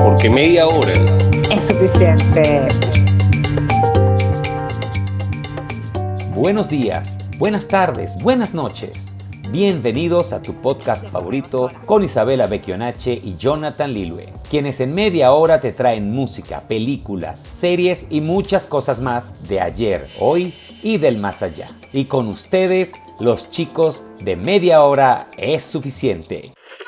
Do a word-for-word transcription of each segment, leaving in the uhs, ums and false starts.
porque media hora es suficiente. Buenos días, buenas tardes, buenas noches. Bienvenidos a tu podcast favorito con Isabela Becchionache y Jonathan Lilue, quienes en media hora te traen música, películas, series y muchas cosas más de ayer, hoy y del más allá. Y con ustedes, los chicos de Media Hora es Suficiente.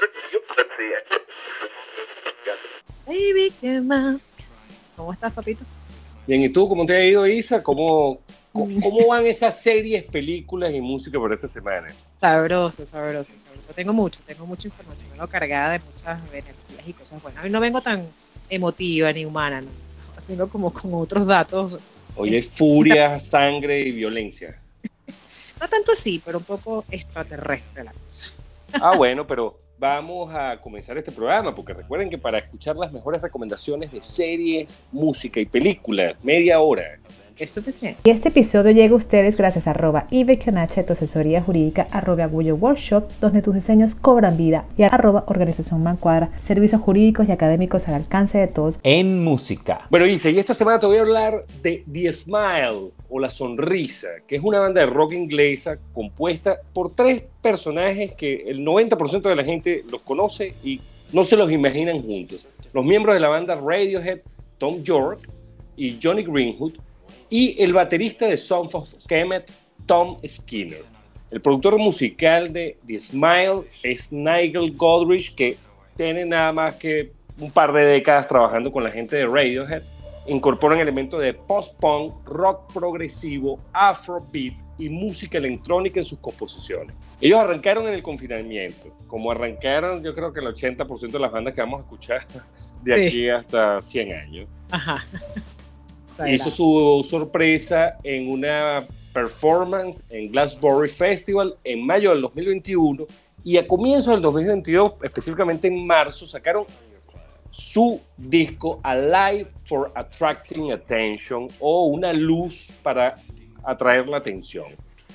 Baby, ¿qué más? ¿Cómo estás, papito? Bien, ¿y tú cómo te ha ido, Isa? ¿Cómo, cómo, cómo van esas series, películas y música por esta semana? Sabroso, sabroso, sabroso. Tengo mucho, tengo mucha información, ¿no? Cargada de muchas energías y cosas buenas. Hoy no vengo tan emotiva ni humana, ¿no? Vengo como con otros datos. Hoy hay furia, sangre y violencia. No tanto así, pero un poco extraterrestre la cosa. Ah, bueno, pero vamos a comenzar este programa, porque recuerden que para escuchar las mejores recomendaciones de series, música y películas, media hora es suficiente. Y este episodio llega a ustedes gracias a arroba ibecanache, tu asesoría jurídica, arroba Agullo Workshop, donde tus diseños cobran vida, y arroba Organización Mancuadra, servicios jurídicos y académicos al alcance de todos. En música. Bueno, Isa, y esta semana te voy a hablar de The Smile, o La Sonrisa, que es una banda de rock inglesa compuesta por tres personajes que el noventa por ciento de la gente los conoce y no se los imaginan juntos. Los miembros de la banda Radiohead, Tom York y Johnny Greenwood, y el baterista de Sons of Kemet, Tom Skinner. El productor musical de The Smile es Nigel Godrich, que tiene nada más que un par de décadas trabajando con la gente de Radiohead. Incorporan elementos de post-punk, rock progresivo, afrobeat y música electrónica en sus composiciones. Ellos arrancaron en el confinamiento, como arrancaron yo creo que el ochenta por ciento de las bandas que vamos a escuchar de aquí sí. hasta cien años. Ajá. Hizo su sorpresa en una performance en Glastonbury Festival en mayo del dos mil veintiuno, y a comienzos del dos mil veintidós, específicamente en marzo, sacaron su disco A Light for Attracting Attention, o Una luz para atraer la atención.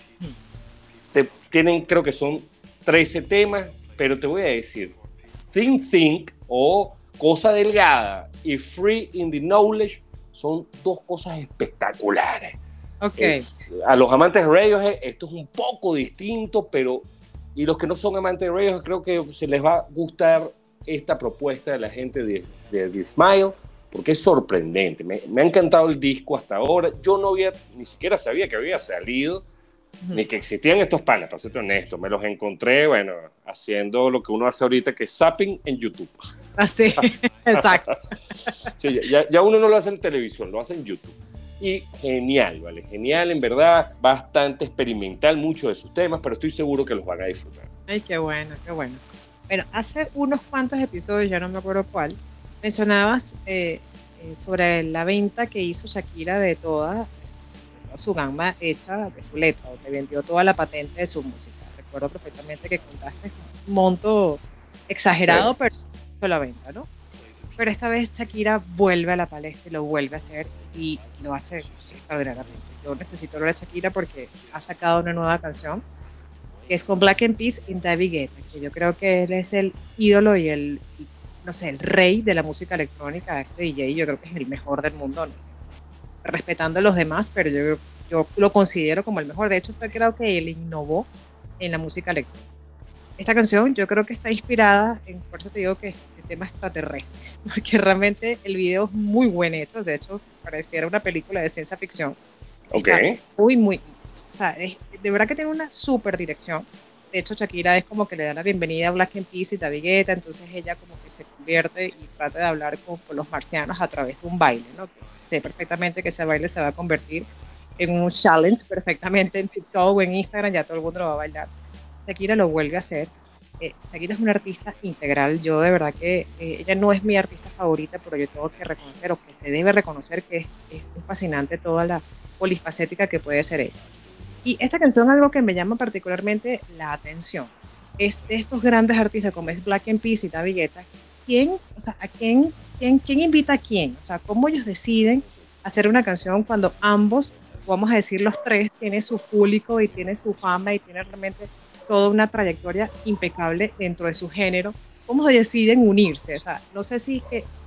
Te, tienen, creo que son trece temas, pero te voy a decir, Think Think o Cosa Delgada y Free in the Knowledge son dos cosas espectaculares. Okay. Es, a los amantes de Radiohead esto es un poco distinto, pero y los que no son amantes de Radiohead creo que se les va a gustar esta propuesta de la gente de, de The Smile, porque es sorprendente. Me, me ha encantado el disco hasta ahora. Yo no había, ni siquiera sabía que había salido, uh-huh. ni que existían estos panas, para serte honesto. Me los encontré, bueno, haciendo lo que uno hace ahorita, que es zapping en YouTube. Así, exacto. Sí, ya, ya uno no lo hace en televisión, lo hace en YouTube. Y genial, ¿vale? Genial, en verdad, bastante experimental, muchos de sus temas, pero estoy seguro que los van a disfrutar. Ay, qué bueno, qué bueno. Bueno, hace unos cuantos episodios, ya no me acuerdo cuál, mencionabas eh, eh, sobre la venta que hizo Shakira de toda, toda su gama hecha de su letra, o que vendió toda la patente de su música. Recuerdo perfectamente que contaste un monto exagerado, sí. pero la venta, ¿no? Pero esta vez Shakira vuelve a la palestra y lo vuelve a hacer y lo hace extraordinariamente. Yo necesito hablar de Shakira porque ha sacado una nueva canción que es con Black Eyed Peas y David Guetta, que yo creo que él es el ídolo y el, no sé, el rey de la música electrónica, este D J, yo creo que es el mejor del mundo, no sé, respetando a los demás, pero yo, yo lo considero como el mejor. De hecho, creo que él innovó en la música electrónica. Esta canción yo creo que está inspirada, en, por eso te digo que es el tema extraterrestre, porque realmente el video es muy buen hecho, de hecho pareciera una película de ciencia ficción. Ok. Está muy, muy, o sea, es, de verdad que tiene una súper dirección. De hecho, Shakira es como que le da la bienvenida a Black Eyed Peas y David Guetta, entonces ella como que se convierte y trata de hablar con, con los marcianos a través de un baile, ¿no? Que sé perfectamente que ese baile se va a convertir en un challenge perfectamente en TikTok o en Instagram, ya todo el mundo lo va a bailar. Shakira lo vuelve a hacer. Eh, Shakira es una artista integral. Yo de verdad que eh, ella no es mi artista favorita, pero yo tengo que reconocer, o que se debe reconocer, que es, es muy fascinante toda la polifacética que puede ser ella. Y esta canción, algo que me llama particularmente la atención, es de estos grandes artistas como es Black Eyed Peas y David Guetta, ¿quién, o sea, a quién, quién, quién invita a quién? O sea, ¿cómo ellos deciden hacer una canción cuando ambos, vamos a decir los tres, tienen su público y tienen su fama y tienen realmente toda una trayectoria impecable dentro de su género? ¿Cómo deciden unirse? O sea, no sé si que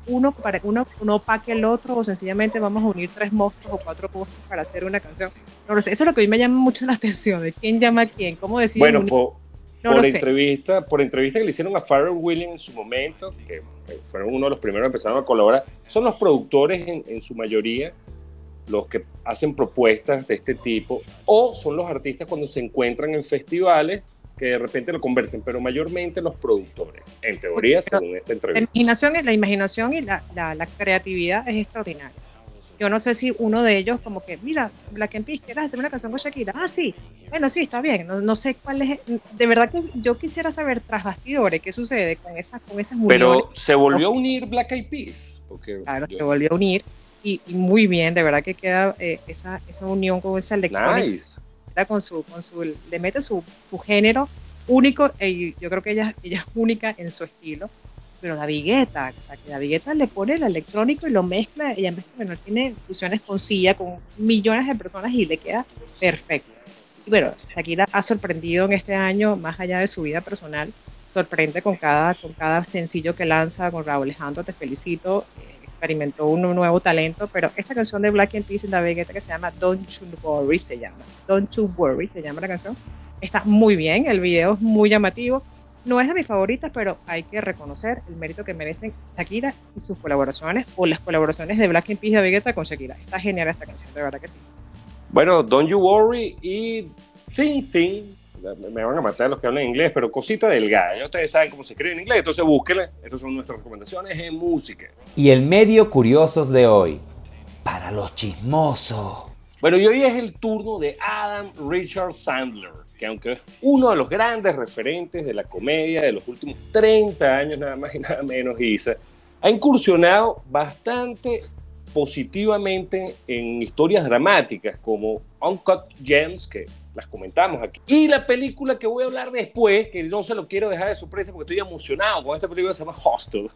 uno, para, uno, uno opaque el otro, o sencillamente vamos a unir tres monstruos o cuatro monstruos para hacer una canción. No lo sé, eso es lo que a mí me llama mucho la atención, de quién llama a quién, cómo deciden Bueno, unir. por, No por, lo sé. entrevista, por entrevista que le hicieron a Pharrell Williams en su momento, que fueron uno de los primeros que empezaron a colaborar, son los productores en, en su mayoría los que hacen propuestas de este tipo, o son los artistas cuando se encuentran en festivales que de repente lo conversen, pero mayormente los productores, en teoría, Pero según esta La entrevista. imaginación, es- la imaginación y la, la, la creatividad es extraordinaria. Yo no sé si uno de ellos como que, mira, Black Eyed Peas, ¿quieres hacer una canción con Shakira? Ah, sí. Bueno, sí, está bien. No, no sé cuál es. De verdad que yo quisiera saber tras bastidores qué sucede con esas, con esas uniones. Pero se volvió a unir Black Eyed Peas, porque Claro, yo- se volvió a unir y, y muy bien, de verdad que queda eh, esa, esa unión con esa electrónica, nice. con su, con su, le mete su, su género único, y yo creo que ella, ella es única en su estilo, pero David Guetta, o sea, que David Guetta le pone el electrónico y lo mezcla, ella mezcla, bueno, tiene fusiones con Sia, con millones de personas y le queda perfecto. Y bueno, Shakira ha sorprendido en este año, más allá de su vida personal, sorprende con cada, con cada sencillo que lanza, con Raúl Alejandro, te felicito, eh, experimentó un nuevo talento, pero esta canción de Black Eyed Peas y David Guetta que se llama Don't You Worry, se llama, Don't You Worry, se llama la canción, está muy bien, el video es muy llamativo, no es de mis favoritas, pero hay que reconocer el mérito que merecen Shakira y sus colaboraciones, o las colaboraciones de Black Eyed Peas y David Guetta con Shakira, está genial esta canción, de verdad que sí. Bueno, Don't You Worry y Thing Thing, me van a matar los que hablan inglés, pero cosita delgada, ya ustedes saben cómo se escribe en inglés, entonces búsquenla, estas son nuestras recomendaciones en música. Y el medio curiosos de hoy, para los chismosos. Bueno, y hoy es el turno de Adam Richard Sandler, que aunque es uno de los grandes referentes de la comedia de los últimos treinta años, nada más y nada menos, Isa, ha incursionado bastante positivamente en historias dramáticas como Uncut Gems, que las comentamos aquí, y la película que voy a hablar después, que no se lo quiero dejar de sorpresa porque estoy emocionado con esta película, se llama Hostel.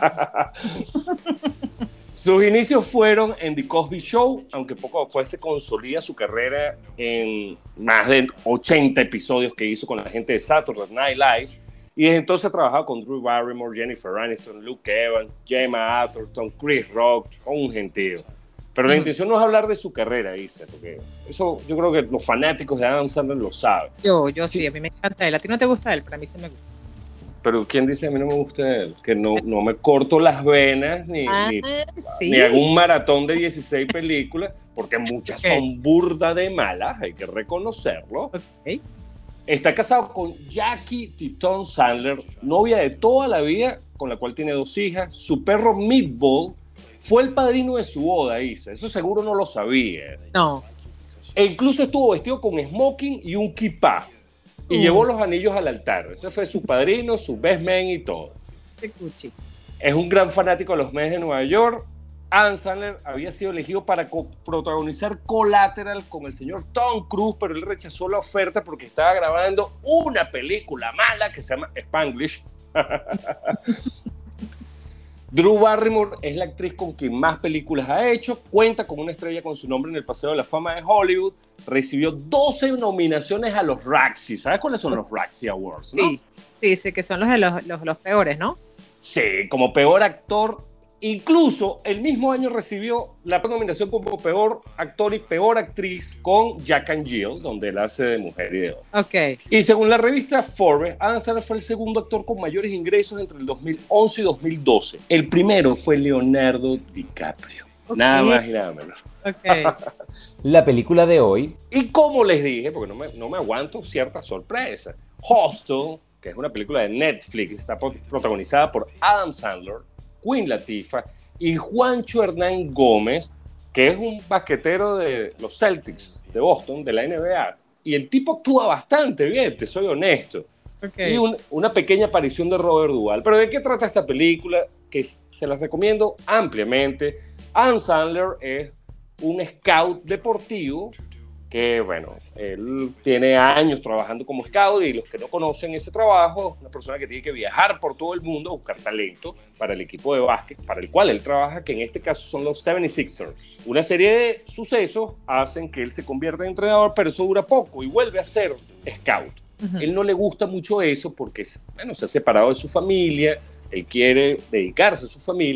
Sus inicios fueron en The Cosby Show, aunque poco después se consolida su carrera en más de ochenta episodios que hizo con la gente de Saturday Night Live, y desde entonces ha trabajado con Drew Barrymore, Jennifer Aniston, Luke Evans, Gemma Arterton, Chris Rock, un gentío. Pero la intención no es hablar de su carrera, Isa, porque eso yo creo que los fanáticos de Adam Sandler lo saben. Yo, yo sí, a mí me encanta él, ¿a ti no te gusta él? Para mí sí me gusta. Pero ¿quién dice a mí no me gusta él? Que no, no me corto las venas ni, Ah, ni, sí. ni hago un maratón de dieciséis películas, porque muchas Ok. son burda de malas, hay que reconocerlo. Ok. Está casado con Jackie Titone Sandler, novia de toda la vida, con la cual tiene dos hijas. Su perro Meatball fue el padrino de su boda, Isa. Eso seguro no lo sabías. No. E incluso estuvo vestido con smoking y un kipá. Y Mm. llevó los anillos al altar. Ese fue su padrino, su best man y todo. Qué cuchi. Es un gran fanático de los Mets de Nueva York. Adam Sandler había sido elegido para co- protagonizar Collateral con el señor Tom Cruise, pero él rechazó la oferta porque estaba grabando una película mala que se llama Spanglish. Drew Barrymore es la actriz con quien más películas ha hecho, cuenta con una estrella con su nombre en el Paseo de la Fama de Hollywood, recibió doce nominaciones a los Razzie. ¿Sabes cuáles son los Razzie Awards, no? Sí, sí, sí, que son los, de los, los, los peores, ¿no? Sí, como peor actor. Incluso el mismo año recibió la nominación como peor actor y peor actriz con Jack and Jill, donde él hace de mujer y de hombre. Ok. Y según la revista Forbes, Adam Sandler fue el segundo actor con mayores ingresos entre el dos mil once y dos mil doce. El primero fue Leonardo DiCaprio. Ok. Nada más y nada menos. Ok. La película de hoy, Y como les dije, porque no me, no me aguanto cierta sorpresa, Hostel, que es una película de Netflix, está pro- protagonizada por Adam Sandler, Queen Latifah y Juancho Hernán Gómez, que es un basquetero de los Celtics de Boston, de la N B A. Y el tipo actúa bastante bien, te soy honesto. Okay. Y un, una pequeña aparición de Robert Duvall. Pero ¿de qué trata esta película? Que se las recomiendo ampliamente. Adam Sandler es un scout deportivo que, bueno, él tiene años trabajando como scout, y los que no conocen ese trabajo, una persona que tiene que viajar por todo el mundo a buscar talento para el equipo de básquet para el cual él trabaja, que en este caso son los setenta y seis ers. Una serie de sucesos hacen que él se convierta en entrenador, pero eso dura poco y vuelve a ser scout. Uh-huh. Él no le gusta mucho eso porque, bueno, se ha separado de su familia, él quiere dedicarse a su familia,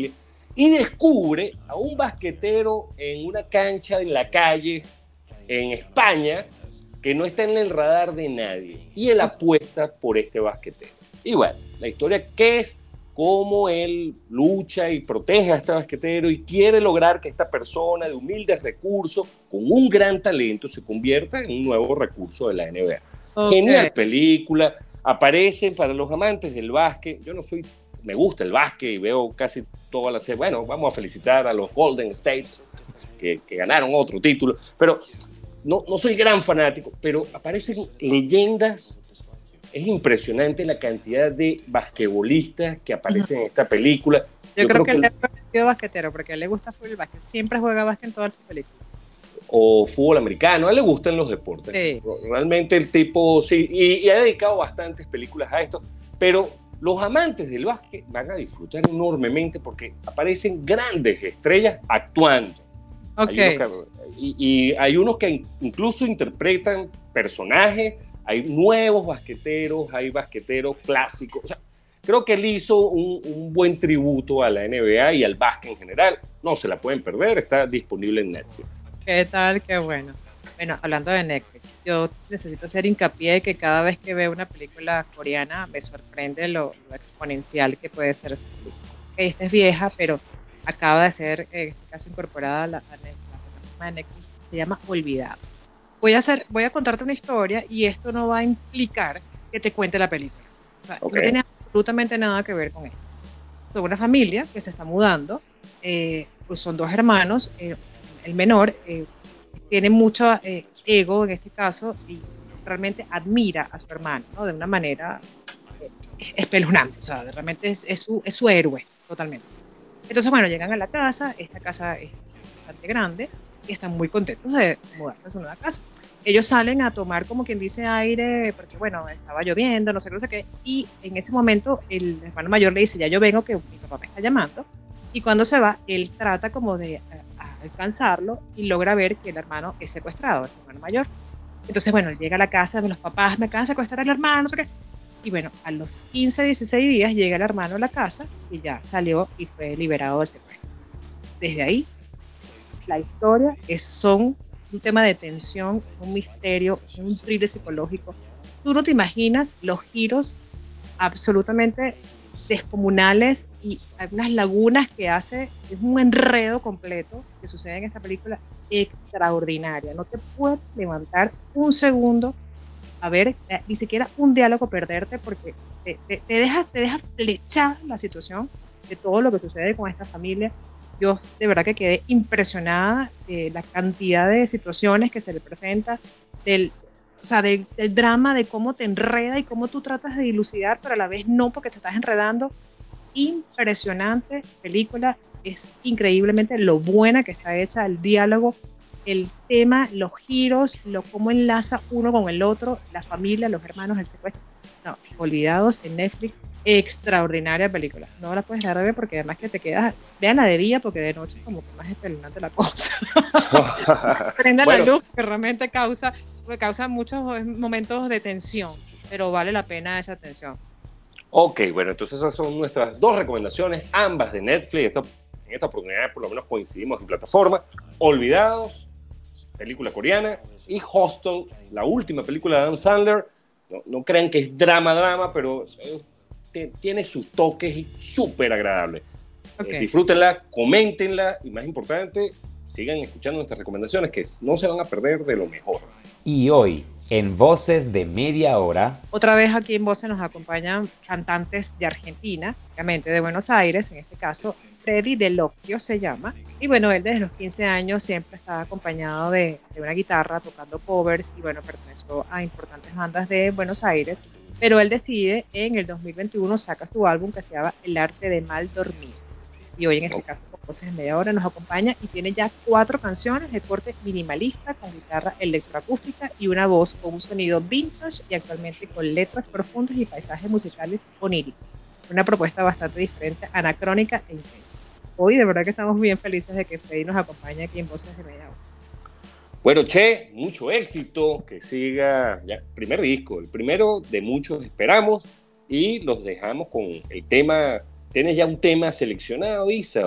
y descubre a un basquetero en una cancha en la calle en España que no está en el radar de nadie, y él apuesta por este basquetero. Y bueno, la historia que es cómo él lucha y protege a este basquetero y quiere lograr que esta persona de humildes recursos, con un gran talento, se convierta en un nuevo recurso de la N B A. Okay. Genial película, aparece para los amantes del básquet. Yo no soy, me gusta el básquet y veo casi todas las series. Bueno, vamos a felicitar a los Golden State, que, que ganaron otro título, pero no, no soy gran fanático, pero aparecen leyendas. Es impresionante la cantidad de basquetbolistas que aparecen uh-huh. en esta película. Yo, Yo creo, creo que, que él es sido basquetero, porque a él le gusta el básquet. Siempre juega básquet en todas sus películas. O fútbol americano, a él le gustan los deportes. Sí. Realmente el tipo, sí, y, y ha dedicado bastantes películas a esto, pero los amantes del básquet van a disfrutar enormemente porque aparecen grandes estrellas actuando. Okay. Hay que, y, y hay unos que incluso interpretan personajes. Hay nuevos basqueteros, hay basqueteros clásicos. O sea, creo que él hizo un, un buen tributo a la N B A y al básquet en general. No se la pueden perder, está disponible en Netflix. ¿Qué tal? Qué bueno. Bueno, hablando de Netflix, yo necesito hacer hincapié de que cada vez que veo una película coreana me sorprende lo, lo exponencial que puede ser esa película. Okay, esta es vieja, pero acaba de ser, en este caso, incorporada a la, a Netflix, la plataforma de Netflix. Se llama Olvidado. Voy a, hacer, voy a contarte una historia y esto no va a implicar que te cuente la película. O sea, okay. No tiene absolutamente nada que ver con esto. Son una familia que se está mudando, eh, pues son dos hermanos, eh, el menor eh, tiene mucho eh, ego en este caso y realmente admira a su hermano, ¿no? De una manera eh, espeluznante, o sea, realmente es, es, su, es su héroe totalmente. Entonces, bueno, llegan a la casa, esta casa es bastante grande, y están muy contentos de mudarse a su nueva casa. Ellos salen a tomar, como quien dice, aire, porque bueno, estaba lloviendo, no sé, no sé qué, y en ese momento el hermano mayor le dice, ya yo vengo, que mi papá me está llamando, y cuando se va, él trata como de a, a alcanzarlo y logra ver que el hermano es secuestrado, es el hermano mayor. Entonces, bueno, él llega a la casa, los papás me acaban de secuestrar al hermano, no sé qué, y bueno, a los quince, dieciséis días llega el hermano a la casa y ya salió y fue liberado del secuestro. Desde ahí, la historia es son un tema de tensión, un misterio, un thriller psicológico. Tú no te imaginas los giros absolutamente descomunales y unas lagunas que hace, es un enredo completo que sucede en esta película extraordinaria. No te puedes levantar un segundo a ver, eh, ni siquiera un diálogo perderte, porque te, te, te deja, te deja flechada la situación de todo lo que sucede con esta familia. Yo de verdad que quedé impresionada de la cantidad de situaciones que se le presenta, del, o sea, del, del drama, de cómo te enreda y cómo tú tratas de dilucidar, pero a la vez no, porque te estás enredando. Impresionante película, es increíblemente lo buena que está hecha, el diálogo, el tema, los giros, lo cómo enlaza uno con el otro, la familia, los hermanos, el secuestro. No, Olvidados en Netflix, extraordinaria película. No la puedes dejar de ver porque además que te quedas, vean la de día porque de noche es como que más espeluznante la cosa. Prenda bueno. La luz que realmente causa, causa muchos momentos de tensión, pero vale la pena esa tensión. Ok, bueno, entonces esas son nuestras dos recomendaciones, ambas de Netflix. Esta, en esta oportunidad por lo menos coincidimos en plataforma. Olvidados, película coreana, y Hostel, la última película de Adam Sandler. No, no crean que es drama, drama, pero eh, tiene sus toques súper agradables. Okay. Eh, disfrútenla, coméntenla y más importante, sigan escuchando nuestras recomendaciones que no se van a perder de lo mejor. Y hoy, en Voces de Media Hora, otra vez aquí en Voces nos acompañan cantantes de Argentina, obviamente de Buenos Aires, en este caso Freddy Delocchio se llama. Y bueno, él desde los quince años siempre estaba acompañado de, de una guitarra, tocando covers, y bueno, perteneció a importantes bandas de Buenos Aires, pero él decide, en el dos mil veintiuno, saca su álbum que se llama El Arte de Mal Dormir. Y hoy en este caso, con Voces en Media Hora, nos acompaña y tiene ya cuatro canciones de corte minimalista, con guitarra electroacústica y una voz con un sonido vintage y actualmente con letras profundas y paisajes musicales oníricos. Una propuesta bastante diferente, anacrónica e intensa. Hoy de verdad que estamos bien felices de que Freddy nos acompañe aquí en Voces de Media Hora. Bueno, Che, mucho éxito, que siga ya, primer disco, el primero de muchos esperamos, y los dejamos con el tema. ¿Tienes ya un tema seleccionado, Isa? O...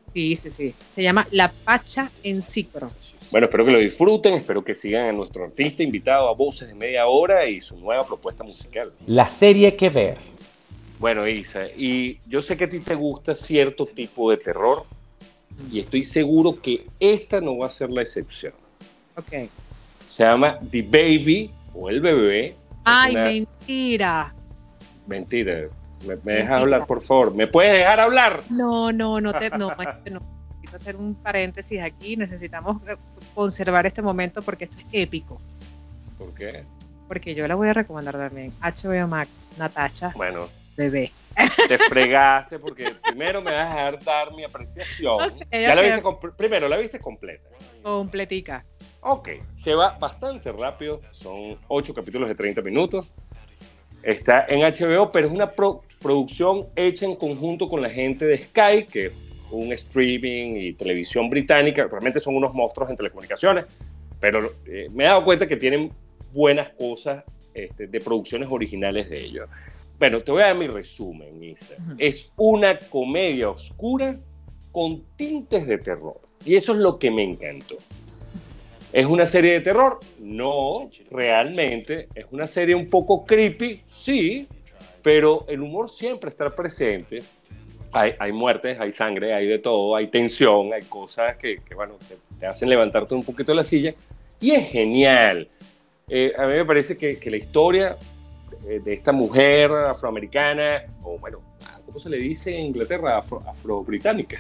Sí, sí, sí. Se llama La Pacha en Cipro. Bueno, espero que lo disfruten, espero que sigan a nuestro artista invitado a Voces de Media Hora y su nueva propuesta musical. La serie que ver. Bueno, Isa, y yo sé que a ti te gusta cierto tipo de terror y estoy seguro que esta no va a ser la excepción. Ok. Se llama The Baby o El Bebé. Ay, una... mentira. Mentira. ¿Me, me Mentira. dejas hablar, por favor? ¿Me puedes dejar hablar? No, no, no te, no, este no. Necesito hacer un paréntesis aquí. Necesitamos conservar este momento porque esto es épico. ¿Por qué? Porque yo la voy a recomendar también. H B O Max, Natasha, Bueno, Bebé. te fregaste porque primero me vas a dejar dar mi apreciación. Okay, ya la okay. viste comp- primero, la viste completa. Completica. Ok, se va bastante rápido, son ocho capítulos de treinta minutos. Está en H B O, pero es una pro- producción hecha en conjunto con la gente de Sky, que es un streaming y televisión británica. Realmente son unos monstruos en telecomunicaciones, pero eh, me he dado cuenta que tienen buenas cosas este, de producciones originales de ellos. Bueno, te voy a dar mi resumen, Isa. Uh-huh. Es una comedia oscura con tintes de terror, y eso es lo que me encantó. ¿Es una serie de terror? No, realmente. ¿Es una serie un poco creepy? Sí, pero el humor siempre está presente. Hay, hay muertes, hay sangre, hay de todo, hay tensión, hay cosas que, que bueno, te, te hacen levantarte un poquito de la silla. Y es genial. Eh, a mí me parece que, que la historia de, de esta mujer afroamericana, o bueno, ¿cómo se le dice en Inglaterra? Afro, afro-británica.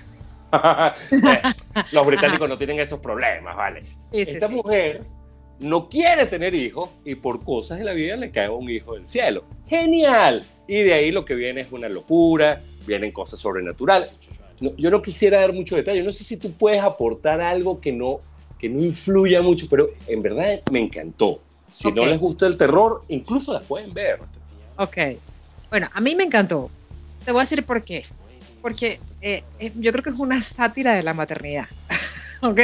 Los británicos no tienen esos problemas, ¿vale? Sí, sí, Esta sí. mujer no quiere tener hijos y por cosas de la vida le cae un hijo del cielo. ¡Genial! Y de ahí lo que viene es una locura, vienen cosas sobrenaturales. No, yo no quisiera dar mucho detalle, no sé si tú puedes aportar algo que no, que no influya mucho, pero en verdad me encantó. Si okay. no les gusta el terror, incluso las pueden ver. Ok. Bueno, a mí me encantó. Te voy a decir por qué. Porque eh, eh, yo creo que es una sátira de la maternidad, ¿ok?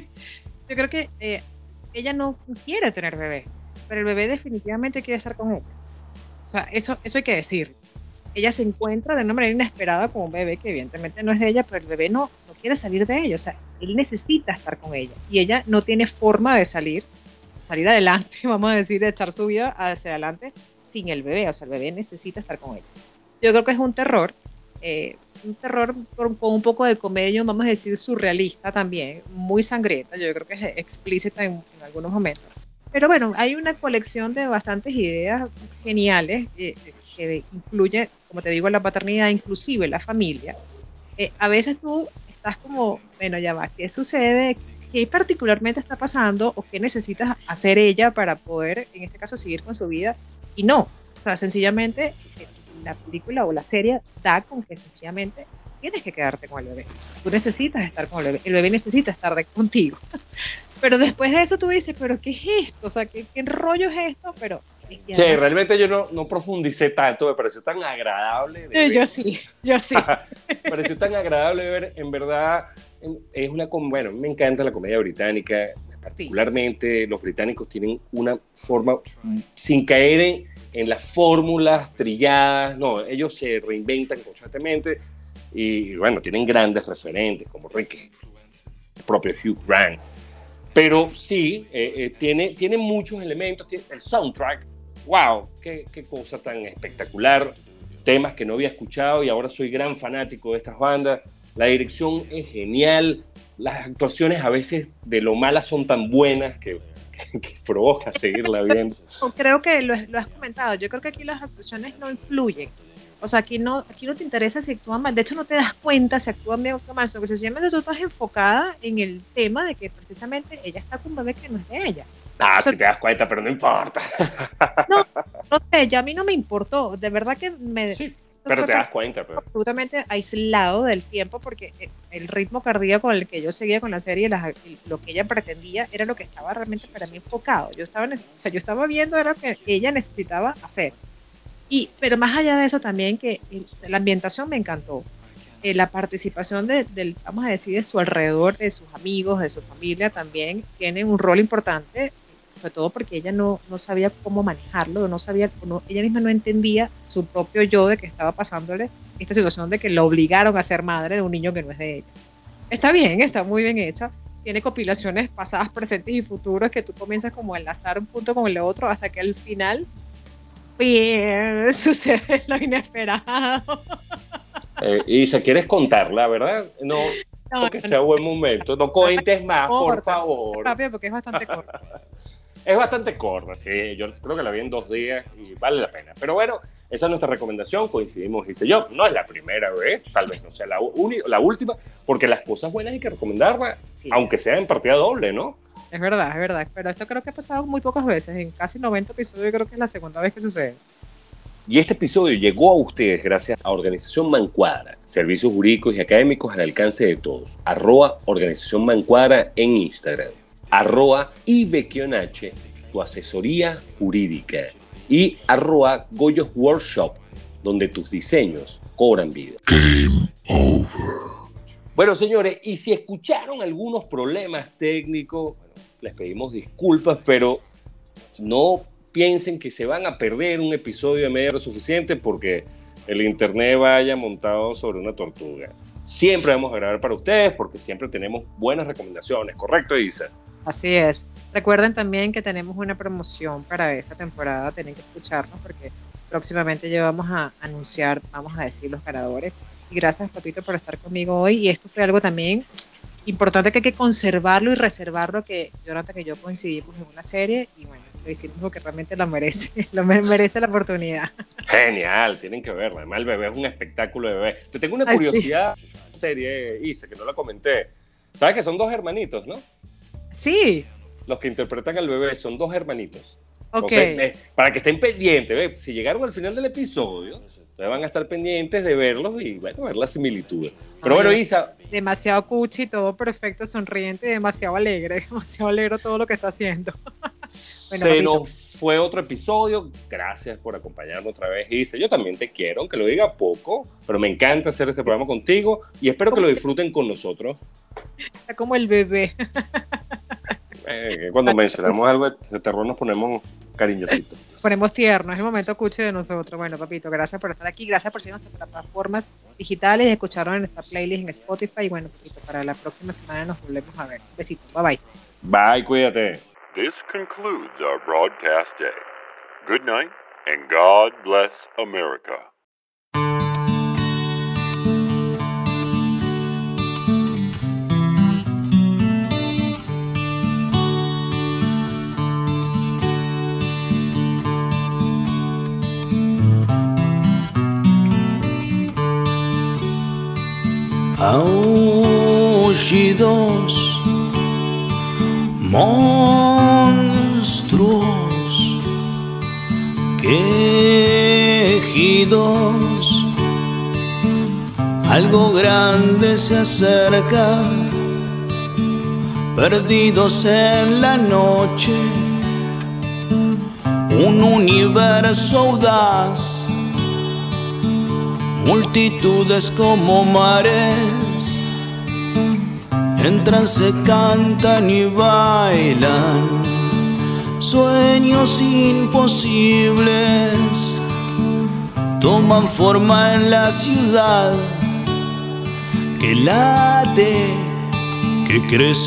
Yo creo que eh, ella no quiere tener bebé, pero el bebé definitivamente quiere estar con ella. O sea, eso, eso hay que decir. Ella se encuentra de una manera inesperada con un bebé que evidentemente no es de ella, pero el bebé no, no quiere salir de ella. O sea, él necesita estar con ella y ella no tiene forma de salir, salir adelante, vamos a decir, de echar su vida hacia adelante sin el bebé. O sea, el bebé necesita estar con ella. Yo creo que es un terror. Eh, un terror con, con un poco de comedia, vamos a decir surrealista también, muy sangrienta, yo creo que es explícita en, en algunos momentos. Pero bueno, hay una colección de bastantes ideas geniales eh, que incluye, como te digo, la paternidad, inclusive la familia. Eh, a veces tú estás como, bueno, ya va, ¿qué sucede? ¿Qué particularmente está pasando? ¿O qué necesitas hacer ella para poder, en este caso, seguir con su vida? Y no, o sea, sencillamente la película o la serie da con que sencillamente tienes que quedarte con el bebé. Tú necesitas estar con el bebé. El bebé necesita estar de, contigo. Pero después de eso tú dices, ¿pero qué es esto? O sea, ¿qué, qué rollo es esto? Pero sí, realmente yo no, no profundicé tanto. Me pareció tan agradable. De yo ver. sí, yo sí. Me pareció tan agradable de ver. En verdad, es una... Bueno, me encanta la comedia británica. Particularmente sí. Los británicos tienen una forma, sin caer en en las fórmulas trilladas, no, ellos se reinventan constantemente y, bueno, tienen grandes referentes como Rick, el propio Hugh Grant, pero sí, eh, eh, tiene, tiene muchos elementos, tiene el soundtrack, wow, qué, qué cosa tan espectacular, temas que no había escuchado y ahora soy gran fanático de estas bandas, la dirección es genial, las actuaciones a veces de lo malas son tan buenas que que provoca seguirla viendo. Creo que lo, lo has comentado, yo creo que aquí las actuaciones no influyen, o sea, aquí no, aquí no te interesa si actúan mal, de hecho no te das cuenta si actúan bien o actúan mal, sino que sencillamente tú estás enfocada en el tema de que precisamente ella está con un bebé que no es de ella. Ah, o sea, si te das cuenta, pero no importa. No, no sé, ya a mí no me importó, de verdad que me... Sí. Pero te das cuenta, pero... absolutamente aislado del tiempo porque el ritmo cardíaco con el que yo seguía con la serie, las, lo que ella pretendía era lo que estaba realmente para mí enfocado. Yo estaba, o sea, yo estaba viendo era lo que ella necesitaba hacer. Y, pero más allá de eso también que la ambientación me encantó. Eh, la participación de, del, vamos a decir, de su alrededor, de sus amigos, de su familia también tiene un rol importante, sobre todo porque ella no, no sabía cómo manejarlo, no sabía, no, ella misma no entendía su propio yo de que estaba pasándole esta situación de que la obligaron a ser madre de un niño que no es de ella. Está bien, está muy bien hecha. Tiene compilaciones pasadas, presentes y futuros que tú comienzas como a enlazar un punto con el otro hasta que al final bien, sucede lo inesperado. Eh, Isa, ¿quieres contarla, verdad? No, No, que no, sea no, buen momento. No cuentes más, por corta, favor. rápido porque es bastante corto. Es bastante corta, sí. Yo creo que la vi en dos días y vale la pena. Pero bueno, esa es nuestra recomendación. Coincidimos, dice yo. No es la primera vez, tal vez no sea la, uni- la última, porque las cosas buenas hay que recomendarlas, Sí. aunque sea en partida doble, ¿no? Es verdad, es verdad. Pero esto creo que ha pasado muy pocas veces. En casi noventa episodios creo que es la segunda vez que sucede. Y este episodio llegó a ustedes gracias a Organización Mancuadra, servicios jurídicos y académicos al alcance de todos. Arroba Organización Mancuadra en Instagram. Arroba Ibekionache, tu asesoría jurídica. Y arroba Goyos Workshop, donde tus diseños cobran vida. Game over. Bueno, señores, y si escucharon algunos problemas técnicos, bueno, les pedimos disculpas, pero no piensen que se van a perder un episodio de media hora suficiente porque el internet vaya montado sobre una tortuga. Siempre vamos a grabar para ustedes porque siempre tenemos buenas recomendaciones, ¿correcto, Isa? Así es. Recuerden también que tenemos una promoción para esta temporada. Tienen que escucharnos porque próximamente ya vamos a anunciar, vamos a decir los ganadores. Y gracias, Papito, por estar conmigo hoy. Y esto fue algo también importante que hay que conservarlo y reservarlo, que Jonathan y yo coincidimos en una serie y bueno, lo hicimos porque realmente lo merece, lo merece la oportunidad. Genial, tienen que verla. Además, el bebé es un espectáculo de bebé. Te tengo una Ay, curiosidad de la serie, Isa, que no la comenté. ¿Sabes que son dos hermanitos, no? Sí, Los que interpretan al bebé son dos hermanitos. ok. Entonces, eh, para que estén pendientes, ¿ve? Si llegaron al final del episodio, ustedes van a estar pendientes de verlos y bueno, ver las similitudes. Pero Ay, bueno, Isa, demasiado cuchi, todo perfecto, sonriente, demasiado alegre, demasiado alegre todo lo que está haciendo. se papito. nos fue otro episodio. Gracias por acompañarnos otra vez, Isa. Yo también te quiero, aunque lo diga poco, pero me encanta hacer este programa contigo y espero que lo disfruten con nosotros. Está como el bebé. Eh, cuando mencionamos algo de terror nos ponemos cariñositos. Ponemos tierno, es el momento cuchi de nosotros. Bueno, papito, gracias por estar aquí, gracias por seguir nuestras plataformas digitales y escucharnos en esta playlist en Spotify. Y bueno, papito, para la próxima semana nos volvemos a ver. Un besito, bye bye. Bye, cuídate. This concludes our broadcast day. Good night, and God bless America. Aullidos monstruos, quejidos, algo grande se acerca, perdidos en la noche, un universo audaz, multitudes como mares, entran, se cantan y bailan, sueños imposibles toman forma en la ciudad que late, que crece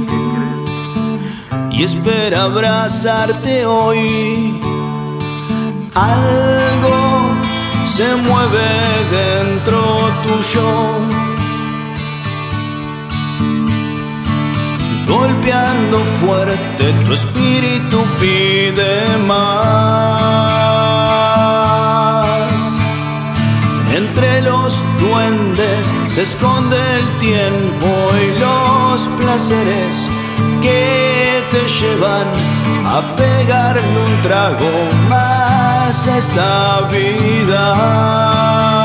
y espera abrazarte hoy. Algo se mueve dentro tuyo, golpeando fuerte tu espíritu pide más. Entre los duendes se esconde el tiempo y los placeres que te llevan a pegarle un trago más a esta vida.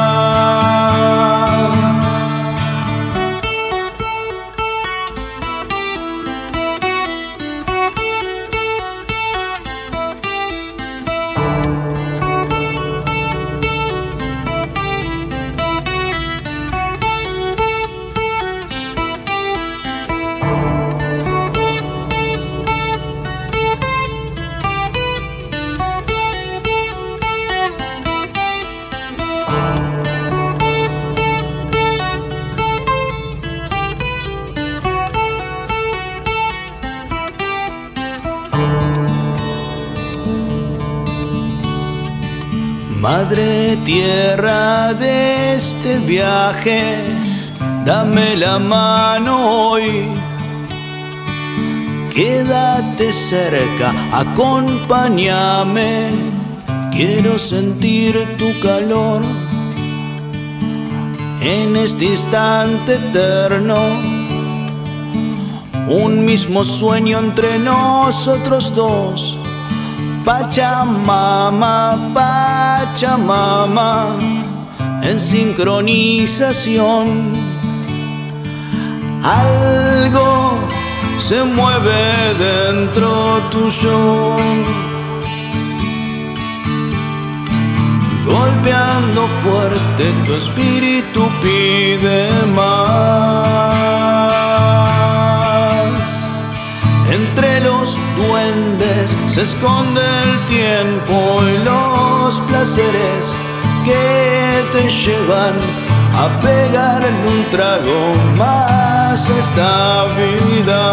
Madre tierra de este viaje, dame la mano hoy. Quédate cerca, acompáñame, quiero sentir tu calor en este instante eterno. Un mismo sueño entre nosotros dos. Pachamama, Pachamama, en sincronización. Algo se mueve dentro tuyo, golpeando fuerte tu espíritu pide más. Entre los duendes se esconde el tiempo y los placeres que te llevan a pegarle un trago más a esta vida.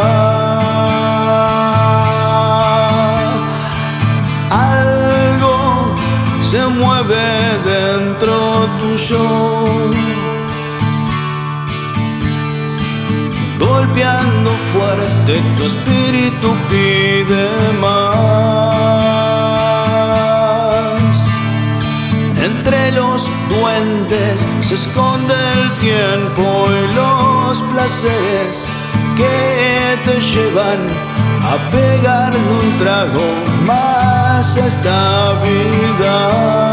Algo se mueve dentro tuyo, golpeando fuerte tu espíritu pide más. Entre los duendes se esconde el tiempo y los placeres que te llevan a pegarle un trago más a esta vida.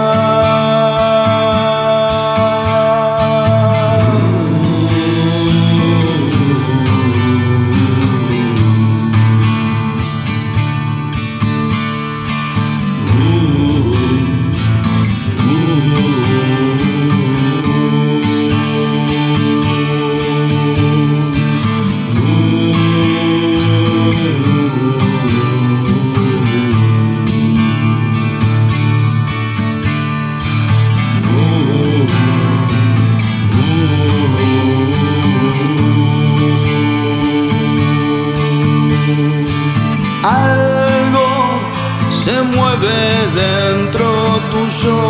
Algo se mueve dentro tuyo,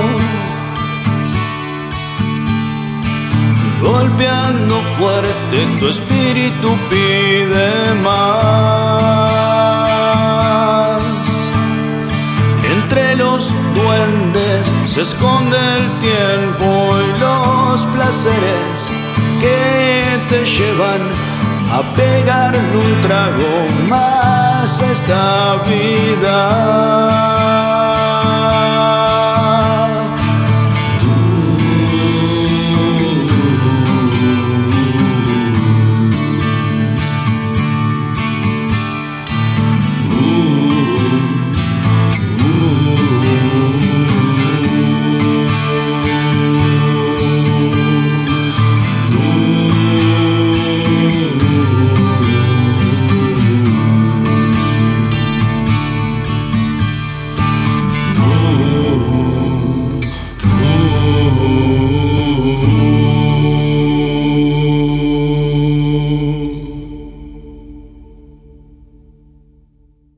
golpeando fuerte tu espíritu pide más. Entre los duendes se esconde el tiempo y los placeres que te llevan a pegarle un trago más a esta vida.